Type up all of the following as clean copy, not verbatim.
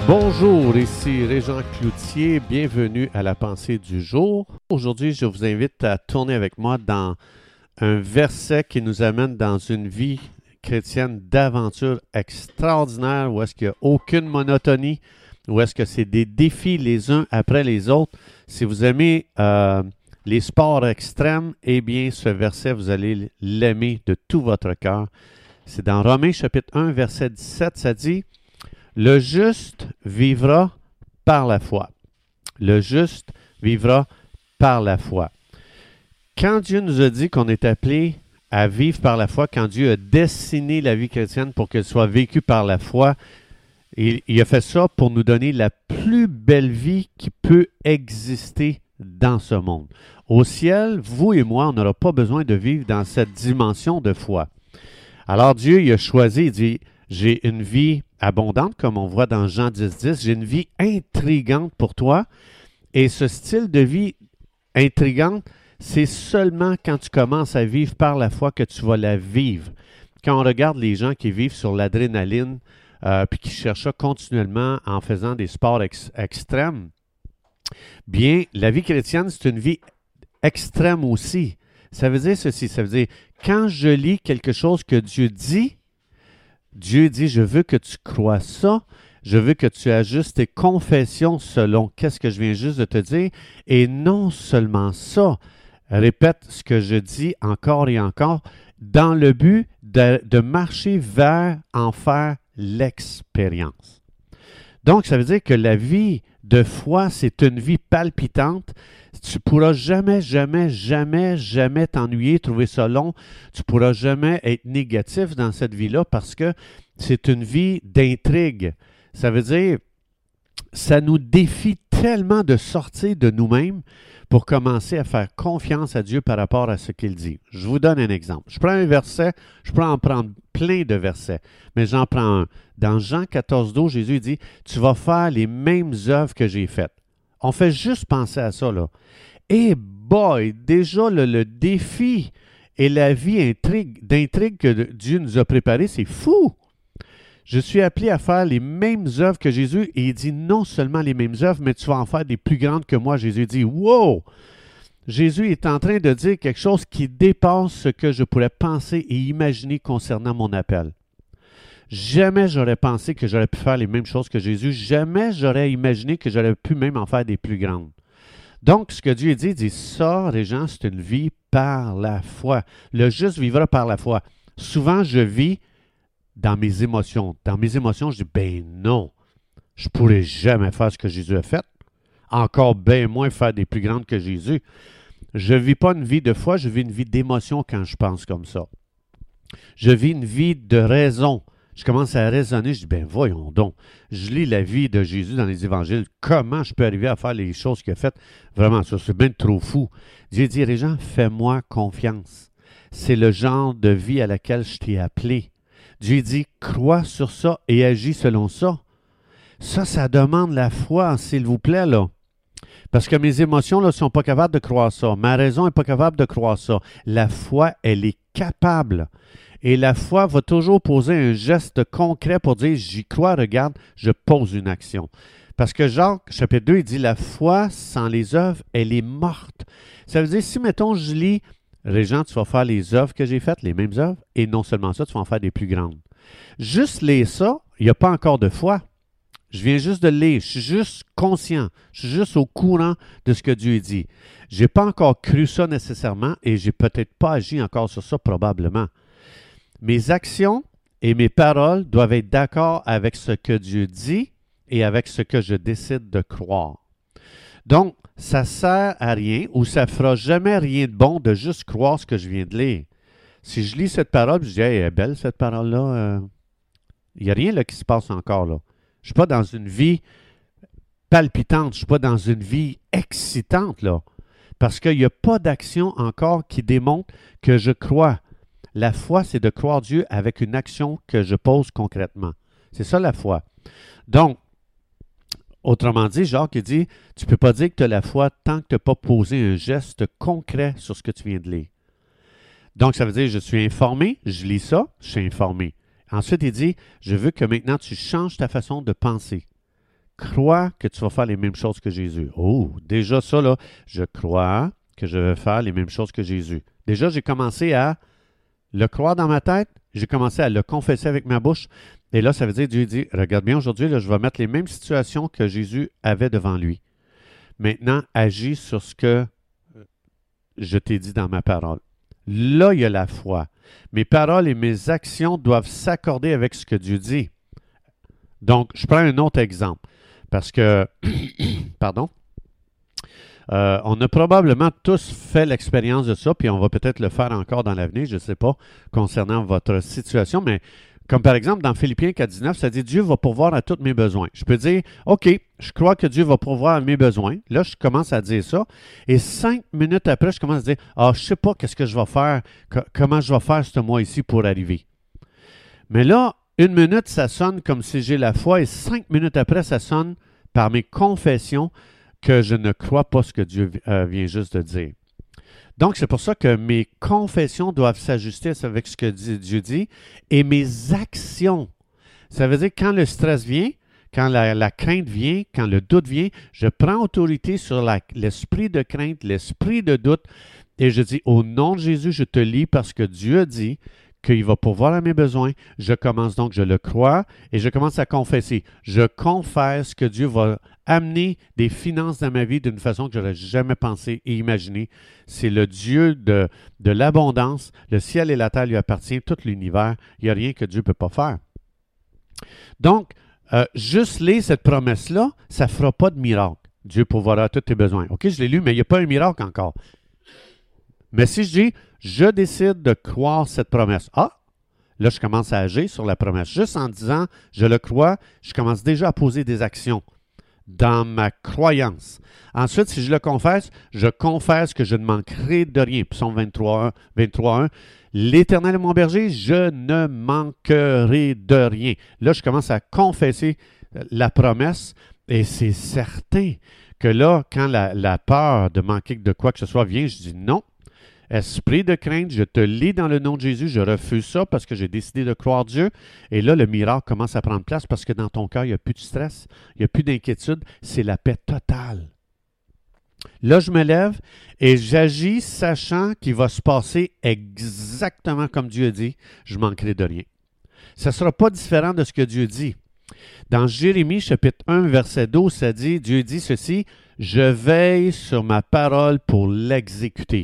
Bonjour, ici Régent Cloutier, bienvenue à la pensée du jour. Aujourd'hui, je vous invite à tourner avec moi dans un verset qui nous amène dans une vie chrétienne d'aventure extraordinaire, où est-ce qu'il n'y a aucune monotonie, où est-ce que c'est des défis les uns après les autres. Si vous aimez les sports extrêmes, eh bien, ce verset, vous allez l'aimer de tout votre cœur. C'est dans Romains chapitre 1, verset 17, ça dit « Le juste vivra par la foi. » Le juste vivra par la foi. Quand Dieu nous a dit qu'on est appelé à vivre par la foi, quand Dieu a dessiné la vie chrétienne pour qu'elle soit vécue par la foi, il a fait ça pour nous donner la plus belle vie qui peut exister dans ce monde. Au ciel, vous et moi, on n'aura pas besoin de vivre dans cette dimension de foi. Alors Dieu, il a choisi, il dit, j'ai une vie abondante, comme on voit dans Jean 10, j'ai une vie intrigante pour toi. Et ce style de vie intrigante, c'est seulement quand tu commences à vivre par la foi que tu vas la vivre. Quand on regarde les gens qui vivent sur l'adrénaline, puis qui cherchent ça continuellement en faisant des sports extrêmes, bien, la vie chrétienne, c'est une vie extrême aussi. Ça veut dire ceci, ça veut dire, quand je lis quelque chose que Dieu dit, je veux que tu crois ça, je veux que tu ajustes tes confessions selon qu'est-ce que je viens juste de te dire, et non seulement ça, répète ce que je dis encore et encore, dans le but de marcher vers en faire l'expérience. Donc, ça veut dire que la vie de foi, c'est une vie palpitante. Tu ne pourras jamais t'ennuyer, trouver ça long. Tu ne pourras jamais être négatif dans cette vie-là parce que c'est une vie d'intrigue. Ça veut dire, ça nous défie tellement de sortir de nous-mêmes pour commencer à faire confiance à Dieu par rapport à ce qu'il dit. Je vous donne un exemple. Je prends un verset, je peux en prendre plein de versets, mais j'en prends un. Dans Jean 14, 12, Jésus dit, « Tu vas faire les mêmes œuvres que j'ai faites. » On fait juste penser à ça, là. Et boy, déjà le défi et la vie d'intrigue que Dieu nous a préparé, c'est fou! Je suis appelé à faire les mêmes œuvres que Jésus et il dit non seulement les mêmes œuvres, mais tu vas en faire des plus grandes que moi. Jésus dit, wow! Jésus est en train de dire quelque chose qui dépasse ce que je pourrais penser et imaginer concernant mon appel. Jamais j'aurais pensé que j'aurais pu faire les mêmes choses que Jésus. Jamais j'aurais imaginé que j'aurais pu même en faire des plus grandes. Donc, ce que Dieu dit, il dit ça, Régent, c'est une vie par la foi. Le juste vivra par la foi. Souvent, je vis dans mes émotions. Dans mes émotions, je dis, ben non, je ne pourrais jamais faire ce que Jésus a fait. Encore bien moins faire des plus grandes que Jésus. Je ne vis pas une vie de foi, je vis une vie d'émotion quand je pense comme ça. Je vis une vie de raison. Je commence à raisonner, je dis, ben voyons donc. Je lis la vie de Jésus dans les évangiles. Comment je peux arriver à faire les choses qu'il a faites? Vraiment, ça, c'est bien trop fou. Dieu dit, Régent, fais-moi confiance. C'est le genre de vie à laquelle je t'ai appelé. Dieu dit, crois sur ça et agis selon ça. Ça demande la foi, s'il vous plaît, là. Parce que mes émotions ne sont pas capables de croire ça. Ma raison n'est pas capable de croire ça. La foi, elle est capable. Et la foi va toujours poser un geste concret pour dire, j'y crois, regarde, je pose une action. Parce que Jacques, chapitre 2, il dit, la foi sans les œuvres, elle est morte. Ça veut dire, si, mettons, je lis, Régent, tu vas faire les œuvres que j'ai faites, les mêmes œuvres, et non seulement ça, tu vas en faire des plus grandes. Juste lire ça, il n'y a pas encore de foi. Je viens juste de le lire, je suis juste conscient, je suis juste au courant de ce que Dieu dit. Je n'ai pas encore cru ça nécessairement et je n'ai peut-être pas agi encore sur ça probablement. Mes actions et mes paroles doivent être d'accord avec ce que Dieu dit et avec ce que je décide de croire. Donc, ça ne sert à rien ou ça ne fera jamais rien de bon de juste croire ce que je viens de lire. Si je lis cette parole, je dis, hey, elle est belle cette parole-là. Il n'y a rien là qui se passe encore là. Je ne suis pas dans une vie palpitante, je ne suis pas dans une vie excitante là. Parce qu'il n'y a pas d'action encore qui démontre que je crois. La foi, c'est de croire Dieu avec une action que je pose concrètement. C'est ça la foi. Donc, autrement dit, Jacques dit, tu ne peux pas dire que tu as la foi tant que tu n'as pas posé un geste concret sur ce que tu viens de lire. Donc, ça veut dire, je suis informé, je lis ça, je suis informé. Ensuite, il dit, je veux que maintenant tu changes ta façon de penser. crois que tu vas faire les mêmes choses que Jésus. Oh, déjà ça, là, je crois que je vais faire les mêmes choses que Jésus. Déjà, j'ai commencé à le croire dans ma tête, j'ai commencé à le confesser avec ma bouche. Et là, ça veut dire, Dieu dit, regarde bien, aujourd'hui, là, je vais mettre les mêmes situations que Jésus avait devant lui. Maintenant, agis sur ce que je t'ai dit dans ma parole. Là, il y a la foi. Mes paroles et mes actions doivent s'accorder avec ce que Dieu dit. Donc, je prends un autre exemple. Parce que, pardon, on a probablement tous fait l'expérience de ça, puis on va peut-être le faire encore dans l'avenir, je ne sais pas, concernant votre situation, mais comme par exemple dans Philippiens 4,19, ça dit « Dieu va pourvoir à tous mes besoins ». Je peux dire « OK, je crois que Dieu va pourvoir à mes besoins ». Là, je commence à dire ça, et 5 minutes après, je commence à dire « Ah, je ne sais pas qu'est-ce que je vais faire, comment je vais faire ce mois-ci pour arriver ». Mais là, 1 minute, ça sonne comme si j'ai la foi, et 5 minutes après, ça sonne par mes confessions que je ne crois pas ce que Dieu vient juste de dire. Donc, c'est pour ça que mes confessions doivent s'ajuster avec ce que Dieu dit et mes actions. Ça veut dire que quand le stress vient, quand la crainte vient, quand le doute vient, je prends autorité sur l'esprit de crainte, l'esprit de doute et je dis, au nom de Jésus, je te lis parce que Dieu a dit qu'il va pourvoir à mes besoins. Je commence donc, je le crois et je commence à confesser. Je confesse que Dieu va amener des finances dans ma vie d'une façon que je n'aurais jamais pensé et imaginé. C'est le Dieu de l'abondance. Le ciel et la terre lui appartiennent, tout l'univers. Il n'y a rien que Dieu ne peut pas faire. Donc, juste lire cette promesse-là, ça ne fera pas de miracle. Dieu pourvoira à tous tes besoins. OK, je l'ai lu, mais il n'y a pas un miracle encore. Mais si je dis, je décide de croire cette promesse. Ah, là, je commence à agir sur la promesse. Juste en disant, je le crois, je commence déjà à poser des actions dans ma croyance. Ensuite, si je le confesse, je confesse que je ne manquerai de rien. Psaume 23.1, l'Éternel est mon berger, je ne manquerai de rien. Là, je commence à confesser la promesse et c'est certain que là, quand la peur de manquer de quoi que ce soit vient, je dis non. Esprit de crainte, je te lis dans le nom de Jésus, je refuse ça parce que j'ai décidé de croire Dieu. Et là, le miracle commence à prendre place parce que dans ton cœur, il n'y a plus de stress, il n'y a plus d'inquiétude, c'est la paix totale. Là, je me lève et j'agis sachant qu'il va se passer exactement comme Dieu a dit, je ne manquerai de rien. Ça ne sera pas différent de ce que Dieu dit. Dans Jérémie, chapitre 1, verset 12, ça dit, Dieu dit ceci, « Je veille sur ma parole pour l'exécuter. »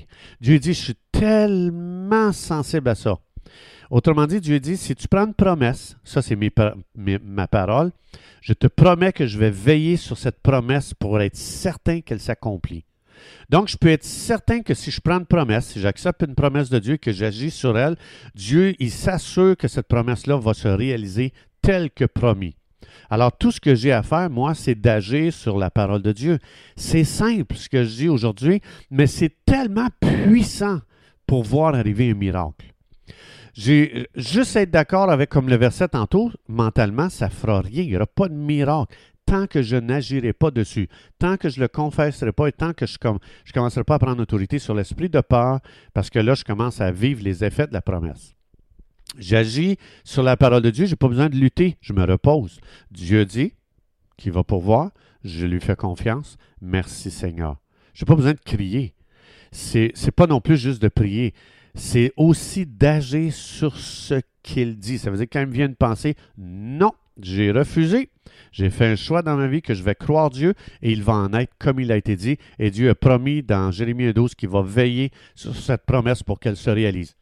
Dieu dit, je suis tellement sensible à ça. Autrement dit, Dieu dit, si tu prends une promesse, ça c'est ma parole, je te promets que je vais veiller sur cette promesse pour être certain qu'elle s'accomplit. Donc, je peux être certain que si je prends une promesse, si j'accepte une promesse de Dieu et que j'agis sur elle, Dieu, il s'assure que cette promesse-là va se réaliser telle que promis. Alors, tout ce que j'ai à faire, moi, c'est d'agir sur la parole de Dieu. C'est simple ce que je dis aujourd'hui, mais c'est tellement puissant pour voir arriver un miracle. J'ai juste être d'accord avec, comme le verset tantôt, mentalement, ça ne fera rien. Il n'y aura pas de miracle tant que je n'agirai pas dessus, tant que je ne le confesserai pas et tant que je ne commencerai pas à prendre autorité sur l'esprit de peur, parce que là, je commence à vivre les effets de la promesse. J'agis sur la parole de Dieu, je n'ai pas besoin de lutter, je me repose. Dieu dit qu'il va pourvoir, je lui fais confiance, merci Seigneur. Je n'ai pas besoin de crier. C'est pas non plus juste de prier, c'est aussi d'agir sur ce qu'il dit. Ça veut dire que quand il me vient une pensée, non, j'ai refusé. J'ai fait un choix dans ma vie que je vais croire Dieu et il va en être comme il a été dit. Et Dieu a promis dans Jérémie 1,12 qu'il va veiller sur cette promesse pour qu'elle se réalise.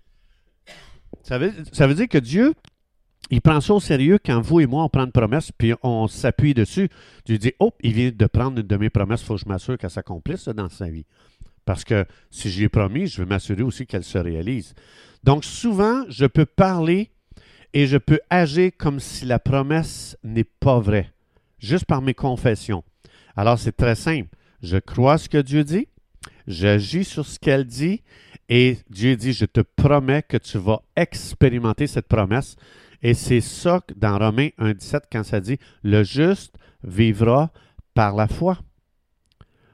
Ça veut dire que Dieu, il prend ça au sérieux quand vous et moi, on prend une promesse puis on s'appuie dessus. Dieu dit, oh, il vient de prendre une de mes promesses, il faut que je m'assure qu'elle s'accomplisse dans sa vie. Parce que si j'y ai promis, je veux m'assurer aussi qu'elle se réalise. Donc souvent, je peux parler et je peux agir comme si la promesse n'est pas vraie, juste par mes confessions. Alors c'est très simple. Je crois ce que Dieu dit, j'agis sur ce qu'elle dit, et Dieu dit, je te promets que tu vas expérimenter cette promesse. Et c'est ça dans Romains 1,17 quand ça dit, le juste vivra par la foi.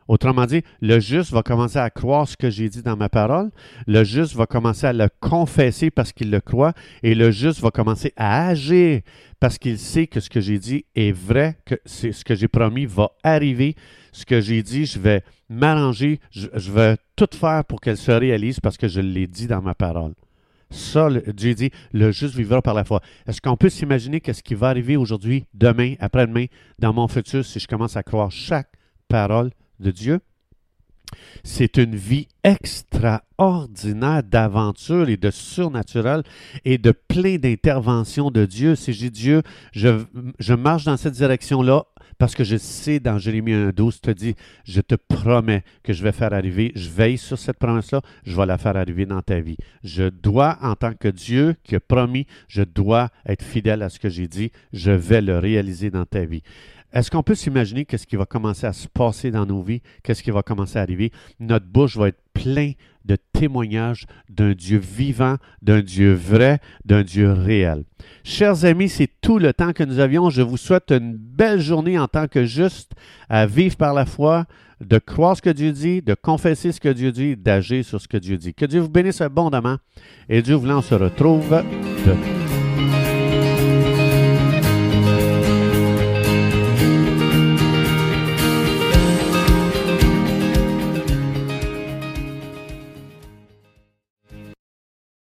Autrement dit, le juste va commencer à croire ce que j'ai dit dans ma parole, le juste va commencer à le confesser parce qu'il le croit, et le juste va commencer à agir parce qu'il sait que ce que j'ai dit est vrai, que c'est ce que j'ai promis va arriver, ce que j'ai dit, je vais m'arranger, je vais tout faire pour qu'elle se réalise parce que je l'ai dit dans ma parole. Ça, Dieu dit, le juste vivra par la foi. Est-ce qu'on peut s'imaginer qu'est-ce qui va arriver aujourd'hui, demain, après-demain, dans mon futur, si je commence à croire chaque parole de Dieu? C'est une vie extraordinaire d'aventure et de surnaturel et de plein d'interventions de Dieu. Si j'ai Dieu, je marche dans cette direction-là parce que je sais dans Jérémie 1,12 te dit, je te promets que je vais faire arriver, je veille sur cette promesse-là, je vais la faire arriver dans ta vie. Je dois, en tant que Dieu qui a promis, je dois être fidèle à ce que j'ai dit, je vais le réaliser dans ta vie. Est-ce qu'on peut s'imaginer qu'est-ce qui va commencer à se passer dans nos vies? Qu'est-ce qui va commencer à arriver? Notre bouche va être pleine de témoignages d'un Dieu vivant, d'un Dieu vrai, d'un Dieu réel. Chers amis, c'est tout le temps que nous avions. Je vous souhaite une belle journée en tant que juste, à vivre par la foi, de croire ce que Dieu dit, de confesser ce que Dieu dit, d'agir sur ce que Dieu dit. Que Dieu vous bénisse abondamment et Dieu voulant, on se retrouve demain.